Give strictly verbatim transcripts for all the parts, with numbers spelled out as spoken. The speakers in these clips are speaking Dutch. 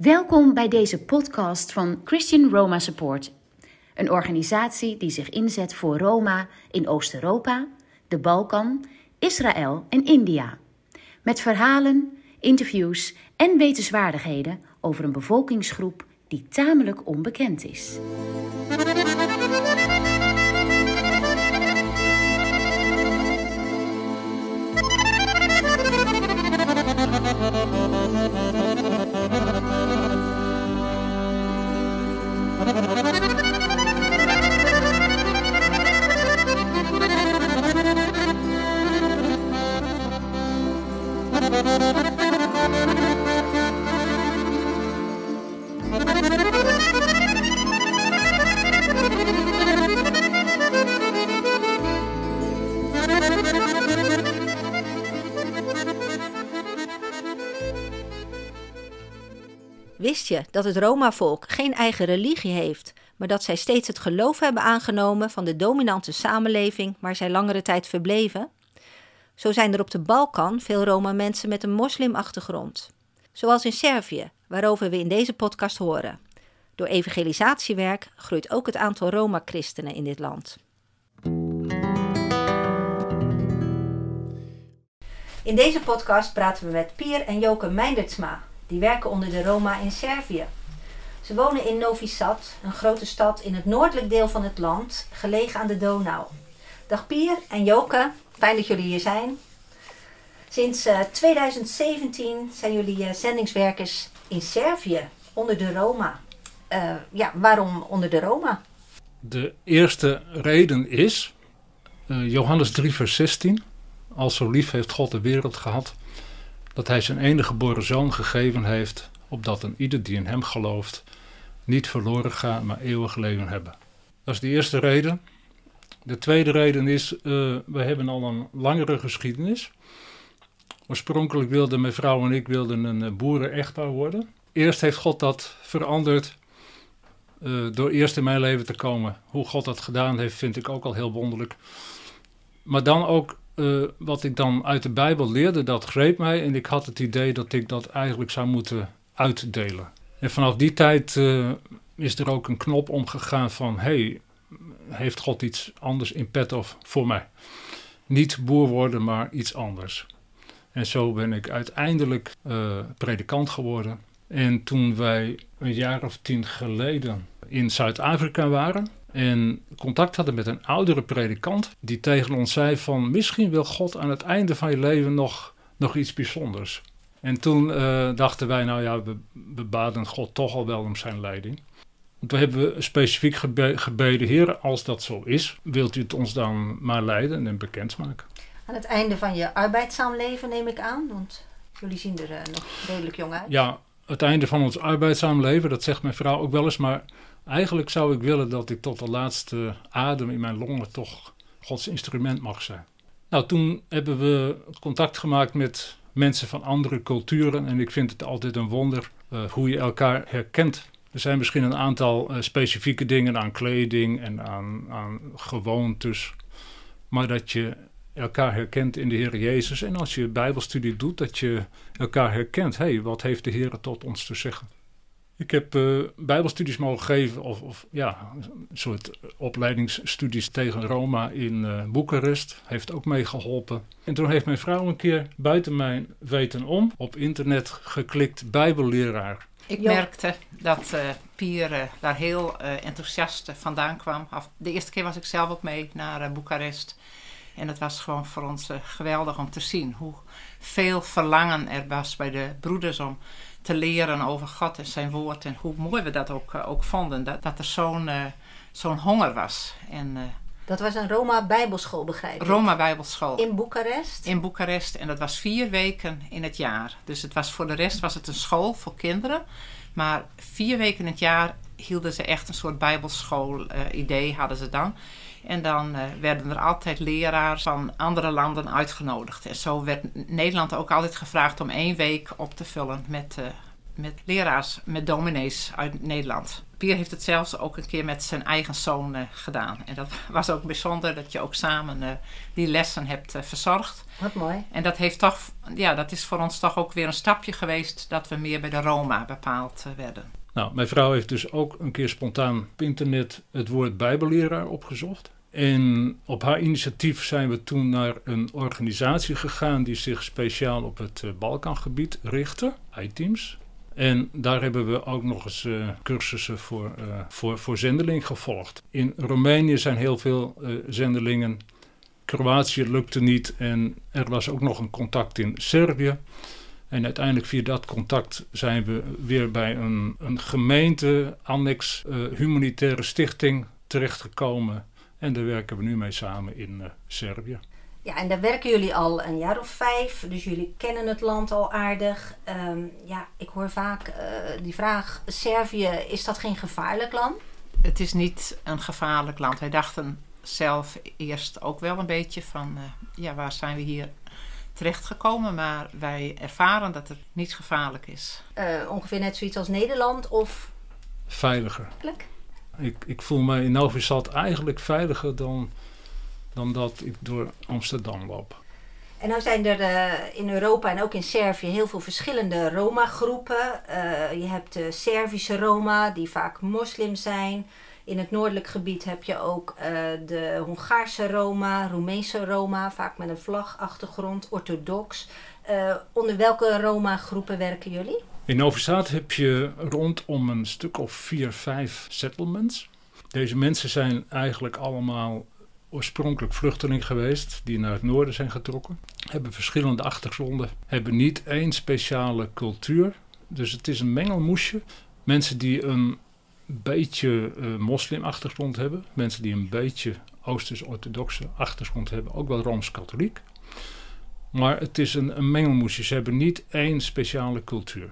Welkom bij deze podcast van Christian Roma Support. Een organisatie die zich inzet voor Roma in Oost-Europa, de Balkan, Israël en India. Met verhalen, interviews en wetenswaardigheden over een bevolkingsgroep die tamelijk onbekend is. Wist je dat het Roma-volk geen eigen religie heeft, maar dat zij steeds het geloof hebben aangenomen van de dominante samenleving waar zij langere tijd verbleven? Zo zijn er op de Balkan veel Roma-mensen met een moslimachtergrond. Zoals in Servië, waarover we in deze podcast horen. Door evangelisatiewerk groeit ook het aantal Roma-christenen in dit land. In deze podcast praten we met Pier en Joke Meindertsma. Die werken onder de Roma in Servië. Ze wonen in Novi Sad, een grote stad in het noordelijk deel van het land, gelegen aan de Donau. Dag Pier en Joke, fijn dat jullie hier zijn. Sinds uh, twintig zeventien zijn jullie uh, zendingswerkers in Servië, onder de Roma. Uh, ja, waarom onder de Roma? De eerste reden is, uh, Johannes drie vers zestien, al zo lief heeft God de wereld gehad, dat hij zijn enige geboren zoon gegeven heeft, opdat een ieder die in hem gelooft niet verloren gaat, maar eeuwig leven hebben. Dat is de eerste reden. De tweede reden is, uh, we hebben al een langere geschiedenis. Oorspronkelijk wilden mijn vrouw en ik wilden een boeren-echtpaar worden. Eerst heeft God dat veranderd uh, door eerst in mijn leven te komen. Hoe God dat gedaan heeft, vind ik ook al heel wonderlijk. Maar dan ook Uh, wat ik dan uit de Bijbel leerde, dat greep mij. En ik had het idee dat ik dat eigenlijk zou moeten uitdelen. En vanaf die tijd uh, is er ook een knop omgegaan van, hey, heeft God iets anders in petto voor mij? Niet boer worden, maar iets anders. En zo ben ik uiteindelijk uh, predikant geworden. En toen wij een jaar of tien geleden in Zuid-Afrika waren en contact hadden met een oudere predikant die tegen ons zei van, misschien wil God aan het einde van je leven nog, nog iets bijzonders. En toen uh, dachten wij, nou ja, we, we baden God toch al wel om zijn leiding. Toen hebben we specifiek gebe- gebeden, Heer, als dat zo is, wilt u het ons dan maar leiden en bekendmaken. Aan het einde van je arbeidzaam leven neem ik aan, want jullie zien er uh, nog redelijk jong uit. Ja, het einde van ons arbeidzaam leven, dat zegt mijn vrouw ook wel eens, maar eigenlijk zou ik willen dat ik tot de laatste adem in mijn longen toch Gods instrument mag zijn. Nou, toen hebben we contact gemaakt met mensen van andere culturen en ik vind het altijd een wonder uh, hoe je elkaar herkent. Er zijn misschien een aantal uh, specifieke dingen aan kleding en aan, aan gewoontes, maar dat je elkaar herkent in de Heer Jezus. En als je bijbelstudie doet, dat je elkaar herkent. Hé, hey, wat heeft de Heer tot ons te zeggen? Ik heb uh, bijbelstudies mogen geven, of, of ja, een soort opleidingsstudies tegen Roma in uh, Boekarest. Heeft ook meegeholpen. En toen heeft mijn vrouw een keer buiten mijn weten om op internet geklikt bijbelleraar. Ik merkte dat uh, Pier uh, daar heel uh, enthousiast vandaan kwam. De eerste keer was ik zelf ook mee naar uh, Boekarest. En het was gewoon voor ons uh, geweldig om te zien hoe veel verlangen er was bij de broeders om te leren over God en zijn woord. En hoe mooi we dat ook, uh, ook vonden, dat, dat er zo'n, uh, zo'n honger was. En, uh, dat was een Roma-bijbelschool, begrijp ik? Roma-bijbelschool. In Boekarest? In Boekarest. En dat was vier weken in het jaar. Dus het was voor de rest was het een school voor kinderen. Maar vier weken in het jaar hielden ze echt een soort bijbelschool-idee, uh, hadden ze dan. En dan uh, werden er altijd leraars van andere landen uitgenodigd. En zo werd Nederland ook altijd gevraagd om één week op te vullen met, uh, met leraars, met dominees uit Nederland. Pier heeft het zelfs ook een keer met zijn eigen zoon uh, gedaan. En dat was ook bijzonder dat je ook samen uh, die lessen hebt uh, verzorgd. Wat mooi. En dat heeft toch, ja, dat is voor ons toch ook weer een stapje geweest dat we meer bij de Roma bepaald uh, werden. Nou, mijn vrouw heeft dus ook een keer spontaan op internet het woord bijbelleraar opgezocht. En op haar initiatief zijn we toen naar een organisatie gegaan die zich speciaal op het uh, Balkangebied richtte, I-Teams. En daar hebben we ook nog eens uh, cursussen voor, uh, voor, voor zendeling gevolgd. In Roemenië zijn heel veel uh, zendelingen. Kroatië lukte niet en er was ook nog een contact in Servië. En uiteindelijk via dat contact zijn we weer bij een, een gemeente, annex, uh, humanitaire stichting terechtgekomen. En daar werken we nu mee samen in uh, Servië. Ja, en daar werken jullie al een jaar of vijf, dus jullie kennen het land al aardig. Um, ja, ik hoor vaak uh, die vraag, Servië, is dat geen gevaarlijk land? Het is niet een gevaarlijk land. Wij dachten zelf eerst ook wel een beetje van, uh, ja, waar zijn we hier terechtgekomen? Maar wij ervaren dat het niet gevaarlijk is. Uh, ongeveer net zoiets als Nederland of? Veiliger. Ik, ik voel me in Novi Sad eigenlijk veiliger dan, dan dat ik door Amsterdam loop. En nou zijn er uh, in Europa en ook in Servië heel veel verschillende Roma-groepen. Uh, je hebt de Servische Roma, die vaak moslim zijn. In het noordelijk gebied heb je ook uh, de Hongaarse Roma, Roemeense Roma, vaak met een vlagachtergrond, orthodox. Uh, onder welke Roma-groepen werken jullie? In Novi Sad heb je rondom een stuk of vier, vijf settlements. Deze mensen zijn eigenlijk allemaal oorspronkelijk vluchteling geweest, die naar het noorden zijn getrokken. Hebben verschillende achtergronden, hebben niet één speciale cultuur. Dus het is een mengelmoesje. Mensen die een beetje uh, moslimachtergrond hebben. Mensen die een beetje Oosters-orthodoxe achtergrond hebben. Ook wel Rooms-katholiek. Maar het is een, een mengelmoesje. Ze hebben niet één speciale cultuur.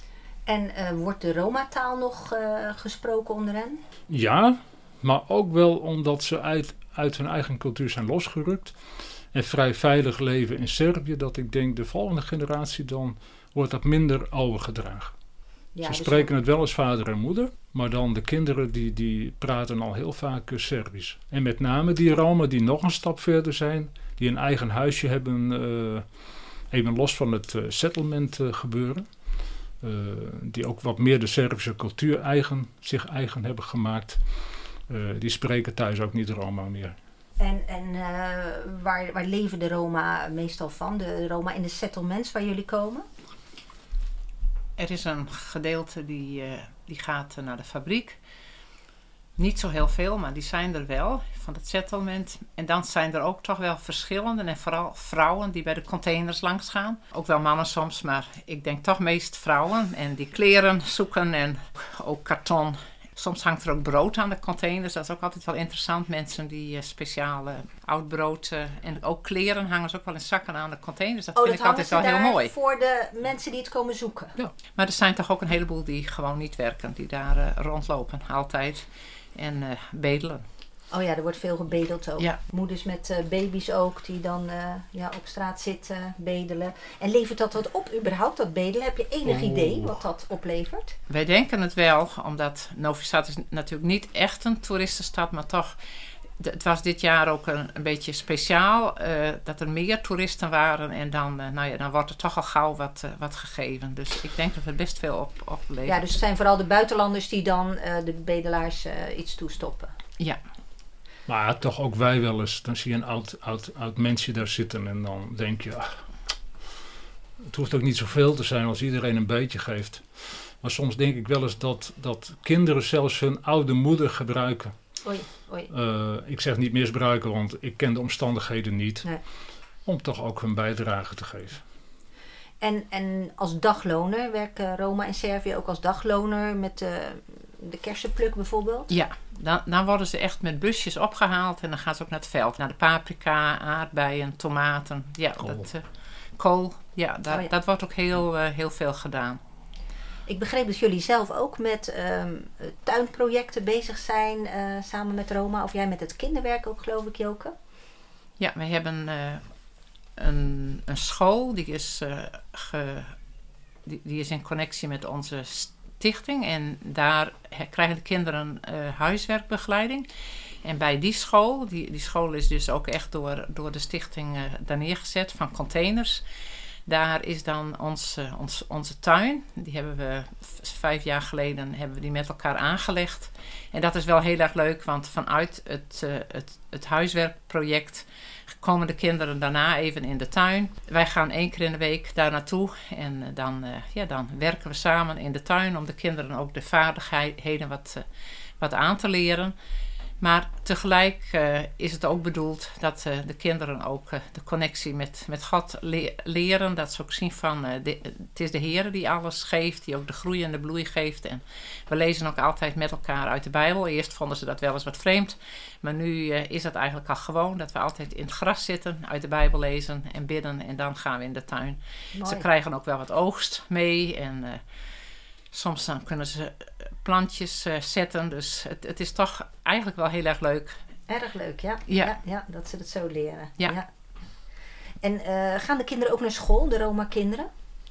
En uh, wordt de Roma-taal nog uh, gesproken onder hen? Ja, maar ook wel omdat ze uit, uit hun eigen cultuur zijn losgerukt. En vrij veilig leven in Servië. Dat ik denk de volgende generatie dan wordt dat minder overgedragen. Ja, ze dus spreken dan het wel als vader en moeder. Maar dan de kinderen die, die praten al heel vaak uh, Serbisch. En met name die Roma die nog een stap verder zijn. Die een eigen huisje hebben. Uh, even los van het uh, settlement uh, gebeuren. Uh, die ook wat meer de Servische cultuur eigen, zich eigen hebben gemaakt. Uh, die spreken thuis ook niet Roma meer. En, en uh, waar, waar leven de Roma meestal van? De Roma in de settlements waar jullie komen? Er is een gedeelte die, uh, die gaat uh, naar de fabriek. Niet zo heel veel, maar die zijn er wel van het settlement. En dan zijn er ook toch wel verschillende. En vooral vrouwen die bij de containers langs gaan. Ook wel mannen soms, maar ik denk toch meest vrouwen. En die kleren zoeken en ook karton. Soms hangt er ook brood aan de containers. Dat is ook altijd wel interessant. Mensen die uh, speciale oud brood uh, en ook kleren hangen ze ook wel in zakken aan de containers. Dat oh, vind dat ik altijd wel heel mooi. Voor de mensen die het komen zoeken? Ja. Maar er zijn toch ook een heleboel die gewoon niet werken. Die daar uh, rondlopen, altijd. En uh, bedelen. Oh ja, er wordt veel gebedeld ook. Ja. Moeders met uh, baby's ook, die dan uh, ja, op straat zitten, bedelen. En levert dat wat op, überhaupt, dat bedelen? Heb je enig oh. idee wat dat oplevert? Wij denken het wel, omdat Novi Sad is natuurlijk niet echt een toeristenstad, maar toch, d- het was dit jaar ook een, een beetje speciaal, uh, dat er meer toeristen waren. En dan, uh, nou ja, dan wordt er toch al gauw wat, uh, wat gegeven. Dus ik denk dat het best veel op, oplevert. Ja, dus het zijn vooral de buitenlanders die dan uh, de bedelaars uh, iets toestoppen. Ja. Maar toch ook wij wel eens. Dan zie je een oud, oud, oud mensje daar zitten en dan denk je, ach, het hoeft ook niet zoveel te zijn als iedereen een beetje geeft. Maar soms denk ik wel eens dat, dat kinderen zelfs hun oude moeder gebruiken. Oei, oei. Uh, ik zeg niet misbruiken, want ik ken de omstandigheden niet. Nee. Om toch ook hun bijdrage te geven. En, en als dagloner werken Roma in Servië ook als dagloner met de, de kersenpluk bijvoorbeeld? Ja, dan, dan worden ze echt met busjes opgehaald en dan gaan ze ook naar het veld. Naar de paprika, aardbeien, tomaten. Ja, kool. Dat, uh, kool. Ja, dat, oh ja, dat wordt ook heel, uh, heel veel gedaan. Ik begreep dat jullie zelf ook met um, tuinprojecten bezig zijn uh, samen met Roma. Of jij met het kinderwerk ook, geloof ik, Joke? Ja, we hebben uh, een, een school die is uh, die, die is in connectie met onze stichting. En daar krijgen de kinderen uh, huiswerkbegeleiding. En bij die school, die, die school is dus ook echt door, door de stichting uh, daar neergezet van containers. Daar is dan ons, uh, ons, onze tuin. Die hebben we v- vijf jaar geleden hebben we die met elkaar aangelegd. En dat is wel heel erg leuk, want vanuit het, uh, het, het huiswerkproject komen de kinderen daarna even in de tuin. Wij gaan één keer in de week daar naartoe. En uh, dan, uh, ja, dan werken we samen in de tuin om de kinderen ook de vaardigheden wat, uh, wat aan te leren. Maar tegelijk uh, is het ook bedoeld dat uh, de kinderen ook uh, de connectie met, met God le- leren. Dat ze ook zien van, uh, de, het is de Heer die alles geeft, die ook de groei en de bloei geeft. En we lezen ook altijd met elkaar uit de Bijbel. Eerst vonden ze dat wel eens wat vreemd. Maar nu uh, is dat eigenlijk al gewoon, dat we altijd in het gras zitten, uit de Bijbel lezen en bidden. En dan gaan we in de tuin. Mooi. Ze krijgen ook wel wat oogst mee en... Uh, Soms dan kunnen ze plantjes uh, zetten. Dus het, het is toch eigenlijk wel heel erg leuk. Erg leuk, ja. Ja, ja, ja dat ze het zo leren. Ja. ja. En uh, gaan de kinderen ook naar school, de Roma-kinderen?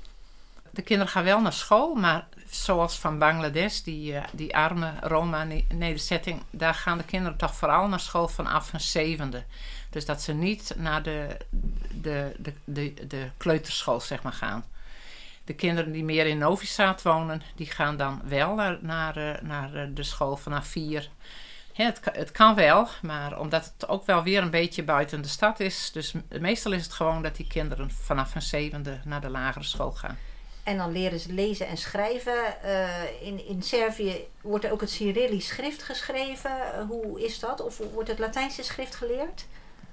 De kinderen gaan wel naar school, maar zoals van Bangladesh, die, uh, die arme Roma-nederzetting, daar gaan de kinderen toch vooral naar school vanaf hun zevende. Dus dat ze niet naar de, de, de, de, de kleuterschool zeg maar, gaan. De kinderen die meer in Novi Sad wonen, die gaan dan wel naar, naar, naar de school vanaf vier. Ja, het, het kan wel, maar omdat het ook wel weer een beetje buiten de stad is. Dus meestal is het gewoon dat die kinderen vanaf hun zevende naar de lagere school gaan. En dan leren ze lezen en schrijven. Uh, in, in Servië wordt er ook het Cyrillisch schrift geschreven. Uh, hoe is dat? Of wordt het Latijnse schrift geleerd?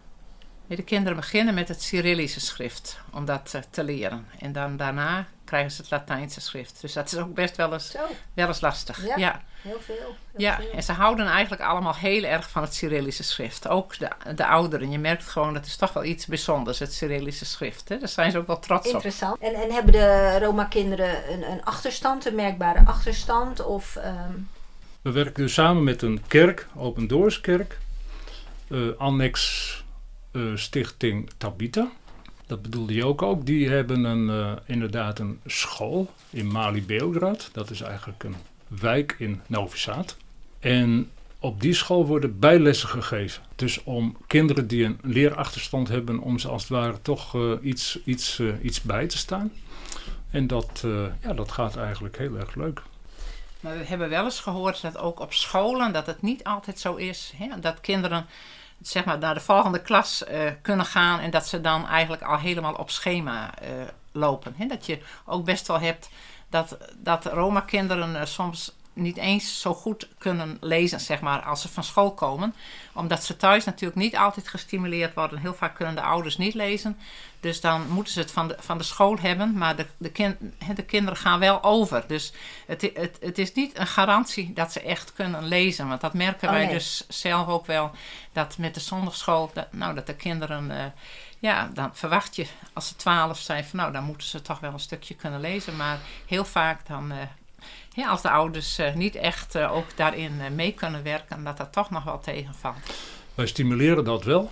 De kinderen beginnen met het Cyrillische schrift om dat uh, te leren. En dan daarna krijgen ze het Latijnse schrift. Dus dat is ook best wel eens, wel eens lastig. Ja, ja. heel veel. Heel ja, veel. En ze houden eigenlijk allemaal heel erg van het Cyrillische schrift. Ook de, de ouderen. Je merkt gewoon, dat is toch wel iets bijzonders, het Cyrillische schrift. Hè? Daar zijn ze ook wel trots Interessant. op. En, en hebben de Roma-kinderen een, een achterstand, een merkbare achterstand? Of, um... We werken dus samen met een kerk, Open Doors kerk, uh, annex uh, stichting Tabita. Dat bedoelde je ook ook. Die hebben een, uh, inderdaad een school in Mali Beograd. Dat is eigenlijk een wijk in Novi Sad. En op die school worden bijlessen gegeven. Dus om kinderen die een leerachterstand hebben, om ze als het ware toch uh, iets, iets, uh, iets bij te staan. En dat, uh, ja, dat gaat eigenlijk heel erg leuk. Maar we hebben wel eens gehoord dat ook op scholen dat het niet altijd zo is. Hè? Dat kinderen zeg maar naar de volgende klas uh, kunnen gaan en dat ze dan eigenlijk al helemaal op schema uh, lopen. Hè? Dat je ook best wel hebt dat, dat Roma-kinderen uh, soms niet eens zo goed kunnen lezen, zeg maar, als ze van school komen. Omdat ze thuis natuurlijk niet altijd gestimuleerd worden. Heel vaak kunnen de ouders niet lezen. Dus dan moeten ze het van de, van de school hebben. Maar de, de, kind, de kinderen gaan wel over. Dus het, het, het is niet een garantie dat ze echt kunnen lezen. Want dat merken oh, wij nee. dus zelf ook wel. Dat met de zondagschool, dat, nou, dat de kinderen... Uh, ja, dan verwacht je als ze twaalf zijn van nou, dan moeten ze toch wel een stukje kunnen lezen. Maar heel vaak dan... Uh, Ja, als de ouders uh, niet echt uh, ook daarin uh, mee kunnen werken, dat dat toch nog wel tegenvalt. Wij stimuleren dat wel.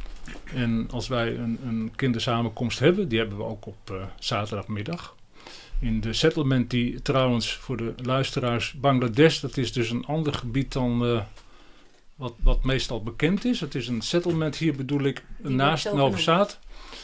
En als wij een, een kindersamenkomst hebben, die hebben we ook op uh, zaterdagmiddag. In de settlement die trouwens voor de luisteraars, Bangladesh, dat is dus een ander gebied dan uh, wat, wat meestal bekend is. Het is een settlement, hier bedoel ik, die naast Novi Sad.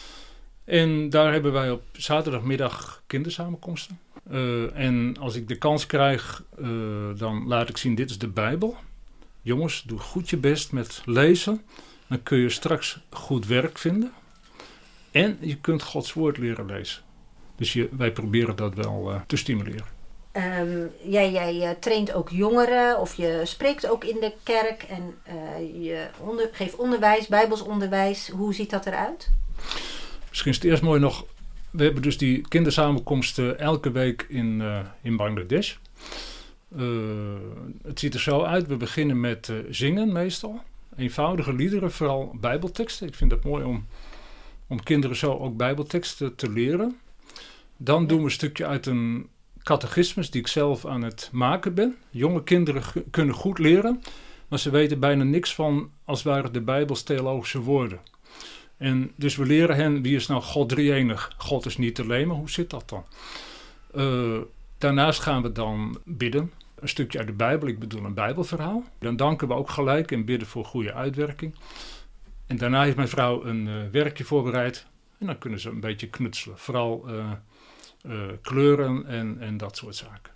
En daar hebben wij op zaterdagmiddag kindersamenkomsten. Uh, en als ik de kans krijg, uh, dan laat ik zien, dit is de Bijbel. Jongens, doe goed je best met lezen. Dan kun je straks goed werk vinden. En je kunt Gods woord leren lezen. Dus je, wij proberen dat wel uh, te stimuleren. Um, jij, jij uh, traint ook jongeren of je spreekt ook in de kerk. En uh, je onder, geeft onderwijs, bijbelsonderwijs. Hoe ziet dat eruit? Misschien is het eerst mooi nog... We hebben dus die kindersamenkomsten elke week in, uh, in Bangladesh. Uh, het ziet er zo uit. We beginnen met uh, zingen meestal. Eenvoudige liederen, vooral bijbelteksten. Ik vind het mooi om, om kinderen zo ook bijbelteksten te leren. Dan doen we een stukje uit een catechismus die ik zelf aan het maken ben. Jonge kinderen g- kunnen goed leren, maar ze weten bijna niks van als het ware de Bijbels theologische woorden. En dus we leren hen, wie is nou God drie-enig? God is niet alleen, maar hoe zit dat dan? Uh, daarnaast gaan we dan bidden. Een stukje uit de Bijbel, ik bedoel een Bijbelverhaal. Dan danken we ook gelijk en bidden voor goede uitwerking. En daarna heeft mijn vrouw een uh, werkje voorbereid. En dan kunnen ze een beetje knutselen. Vooral uh, uh, kleuren en, en dat soort zaken.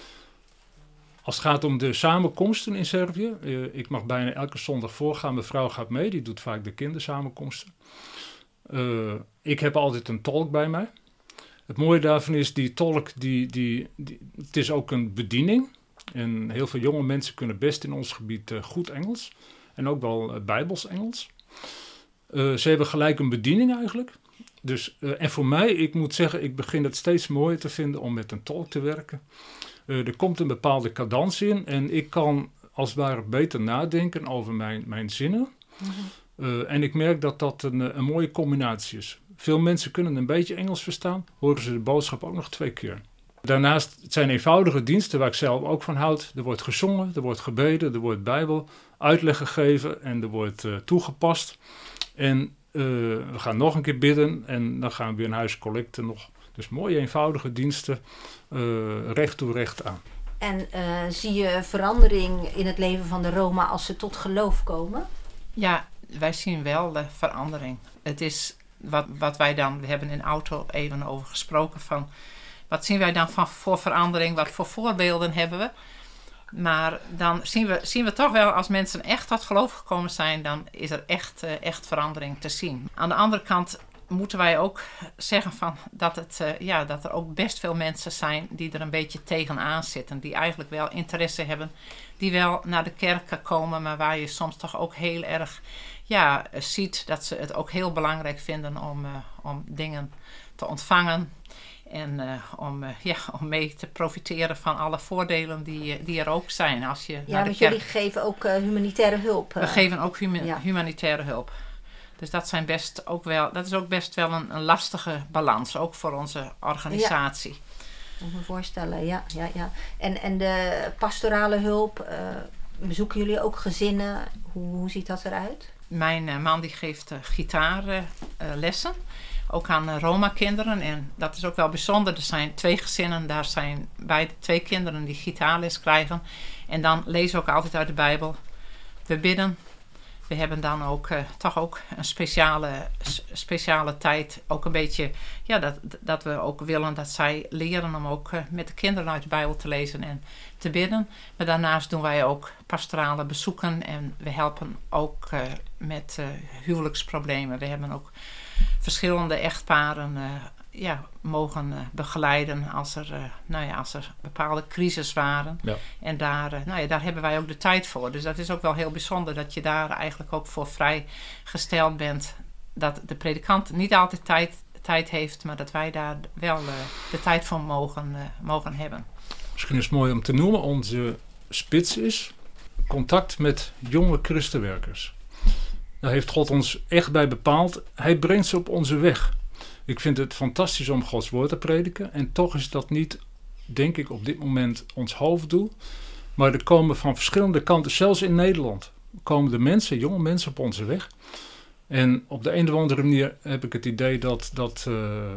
Als het gaat om de samenkomsten in Servië. Uh, ik mag bijna elke zondag voorgaan. Mijn vrouw gaat mee, die doet vaak de kindersamenkomsten. Uh, ik heb altijd een tolk bij mij. Het mooie daarvan is, die tolk, die, die, die, het is ook een bediening. En heel veel jonge mensen kunnen best in ons gebied uh, goed Engels. En ook wel uh, Bijbels Engels. Uh, ze hebben gelijk een bediening eigenlijk. Dus, uh, en voor mij, ik moet zeggen, ik begin het steeds mooier te vinden om met een tolk te werken. Uh, er komt een bepaalde cadans in en ik kan als het ware beter nadenken over mijn, mijn zinnen. Mm-hmm. Uh, en ik merk dat dat een, een mooie combinatie is. Veel mensen kunnen een beetje Engels verstaan, horen ze de boodschap ook nog twee keer. Daarnaast, het zijn eenvoudige diensten waar ik zelf ook van houd. Er wordt gezongen, er wordt gebeden, er wordt Bijbel uitleg gegeven en er wordt uh, toegepast. En uh, we gaan nog een keer bidden en dan gaan we weer een huiscollecte nog. Dus mooie eenvoudige diensten, uh, recht toe recht aan. En uh, zie je verandering in het leven van de Roma als ze tot geloof komen? Ja, wij zien wel de verandering. Het is wat, wat wij dan, we hebben in de auto even over gesproken van, wat zien wij dan van, voor verandering, wat voor voorbeelden hebben we? Maar dan zien we, zien we toch wel, als mensen echt tot geloof gekomen zijn, dan is er echt, uh, echt verandering te zien. Aan de andere kant moeten wij ook zeggen van dat, het, uh, ja, dat er ook best veel mensen zijn die er een beetje tegenaan zitten. Die eigenlijk wel interesse hebben, die wel naar de kerken komen, maar waar je soms toch ook heel erg ja, ziet dat ze het ook heel belangrijk vinden om, uh, om dingen te ontvangen. En uh, om, uh, ja, om mee te profiteren van alle voordelen die, die er ook zijn. Als je ja, naar de want kerk... jullie geven ook uh, humanitaire hulp. Uh. We geven ook huma- ja. humanitaire hulp. Dus dat, zijn best ook wel, dat is ook best wel een, een lastige balans. Ook voor onze organisatie. Ja. Ik kan me voorstellen, ja. ja, ja. En, en de pastorale hulp, uh, bezoeken jullie ook gezinnen? Hoe, hoe ziet dat eruit? Mijn uh, man die geeft uh, gitaarlessen. Uh, Ook aan uh, Roma-kinderen. En dat is ook wel bijzonder. Er zijn twee gezinnen. Daar zijn beide twee kinderen die gitaarles krijgen. En dan lezen we ook altijd uit de Bijbel. We bidden. We hebben dan ook uh, toch ook een speciale, speciale tijd. Ook een beetje, ja, dat, dat we ook willen dat zij leren om ook uh, met de kinderen uit de Bijbel te lezen en te bidden. Maar daarnaast doen wij ook pastorale bezoeken. En we helpen ook uh, met uh, huwelijksproblemen. We hebben ook verschillende echtparen uh, ja, mogen uh, begeleiden als er, uh, nou ja, als er bepaalde crisis waren. Ja. En daar, uh, nou ja, daar hebben wij ook de tijd voor. Dus dat is ook wel heel bijzonder dat je daar eigenlijk ook voor vrijgesteld bent. Dat de predikant niet altijd tijd, tijd heeft, maar dat wij daar wel uh, de tijd voor mogen, uh, mogen hebben. Misschien is het mooi om te noemen, onze spits is contact met jonge christenwerkers. Daar heeft God ons echt bij bepaald. Hij brengt ze op onze weg. Ik vind het fantastisch om Gods woord te prediken. En toch is dat niet, denk ik, op dit moment ons hoofddoel. Maar er komen van verschillende kanten, zelfs in Nederland, komen de mensen, jonge mensen op onze weg. En op de een of andere manier heb ik het idee dat, dat uh,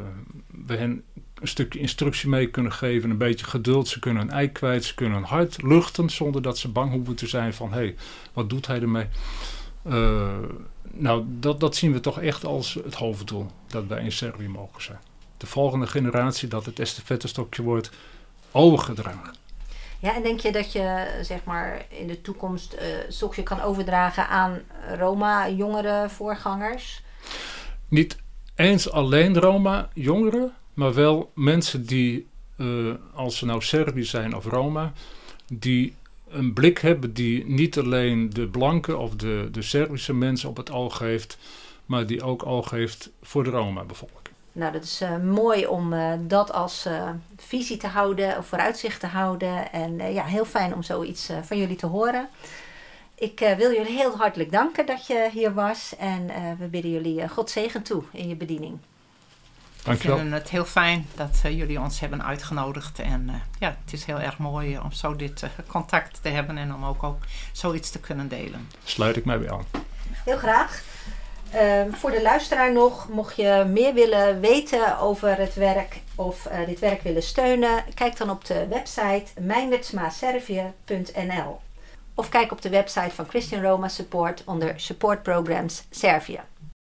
we hen een stukje instructie mee kunnen geven. Een beetje geduld. Ze kunnen een ei kwijt. Ze kunnen een hart luchten zonder dat ze bang hoeven te zijn van, hé, hey, wat doet hij ermee? Uh, nou, dat, dat zien we toch echt als het hoofddoel, dat wij in Servië mogen zijn. De volgende generatie, dat het estafettestokje wordt overgedragen. Ja, en denk je dat je zeg maar in de toekomst uh, stokje kan overdragen aan Roma, jongere voorgangers? Niet eens alleen Roma, jongeren, maar wel mensen die, uh, als ze nou Servië zijn of Roma, die een blik hebben die niet alleen de blanke of de, de Servische mensen op het oog heeft, maar die ook oog heeft voor de Roma-bevolking. Nou, dat is uh, mooi om uh, dat als uh, visie te houden of vooruitzicht te houden. En uh, ja, heel fijn om zoiets uh, van jullie te horen. Ik uh, wil jullie heel hartelijk danken dat je hier was. En uh, we bidden jullie uh, God zegen toe in je bediening. Dankjewel. We vinden het heel fijn dat uh, jullie ons hebben uitgenodigd. En uh, ja, het is heel erg mooi uh, om zo dit uh, contact te hebben en om ook, ook zoiets te kunnen delen. Sluit ik mij bij aan. Heel graag. Uh, voor de luisteraar nog, mocht je meer willen weten over het werk of uh, dit werk willen steunen, kijk dan op de website meindertsmaservië punt n l of kijk op de website van Christian Roma Support onder Support Programs Servië.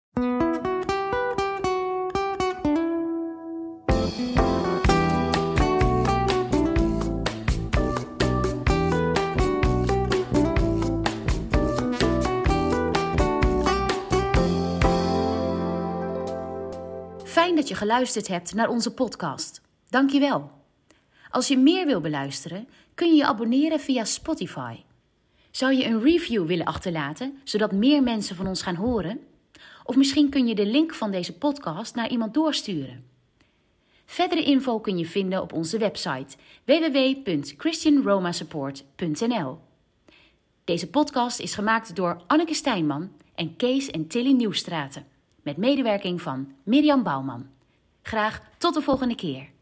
Fijn dat je geluisterd hebt naar onze podcast. Dank je wel. Als je meer wil beluisteren, kun je je abonneren via Spotify. Zou je een review willen achterlaten, zodat meer mensen van ons gaan horen? Of misschien kun je de link van deze podcast naar iemand doorsturen. Verdere info kun je vinden op onze website w w w punt christian roma support punt n l. Deze podcast is gemaakt door Anneke Stijnman en Kees en Tilly Nieuwstraten, met medewerking van Mirjam Bouwman. Graag tot de volgende keer.